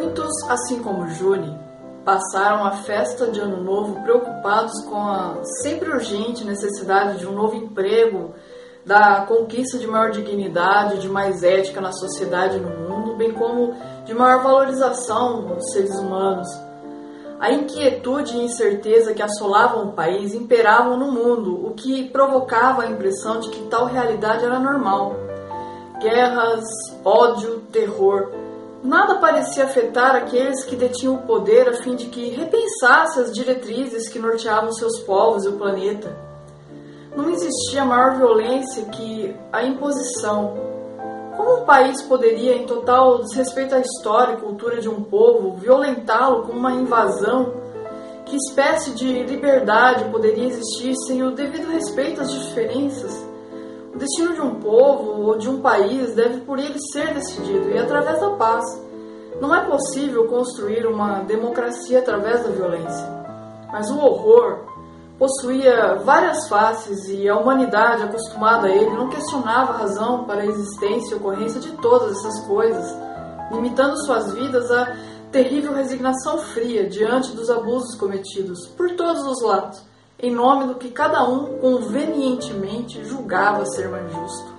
Muitos, assim como Júli, passaram a festa de Ano Novo preocupados com a sempre urgente necessidade de um novo emprego, da conquista de maior dignidade, de mais ética na sociedade e no mundo, bem como de maior valorização dos seres humanos. A inquietude e incerteza que assolavam o país imperavam no mundo, o que provocava a impressão de que tal realidade era normal. Guerras, ódio, terror. Nada parecia afetar aqueles que detinham o poder a fim de que repensasse as diretrizes que norteavam seus povos e o planeta. Não existia maior violência que a imposição. Como um país poderia, em total desrespeito à história e cultura de um povo, violentá-lo com uma invasão? Que espécie de liberdade poderia existir sem o devido respeito às diferenças? O destino de um povo ou de um país deve por ele ser decidido, e através da paz. Não é possível construir uma democracia através da violência. Mas o horror possuía várias faces e a humanidade, acostumada a ele, não questionava a razão para a existência e ocorrência de todas essas coisas, limitando suas vidas à terrível resignação fria diante dos abusos cometidos por todos os lados, em nome do que cada um convenientemente julgava ser mais justo.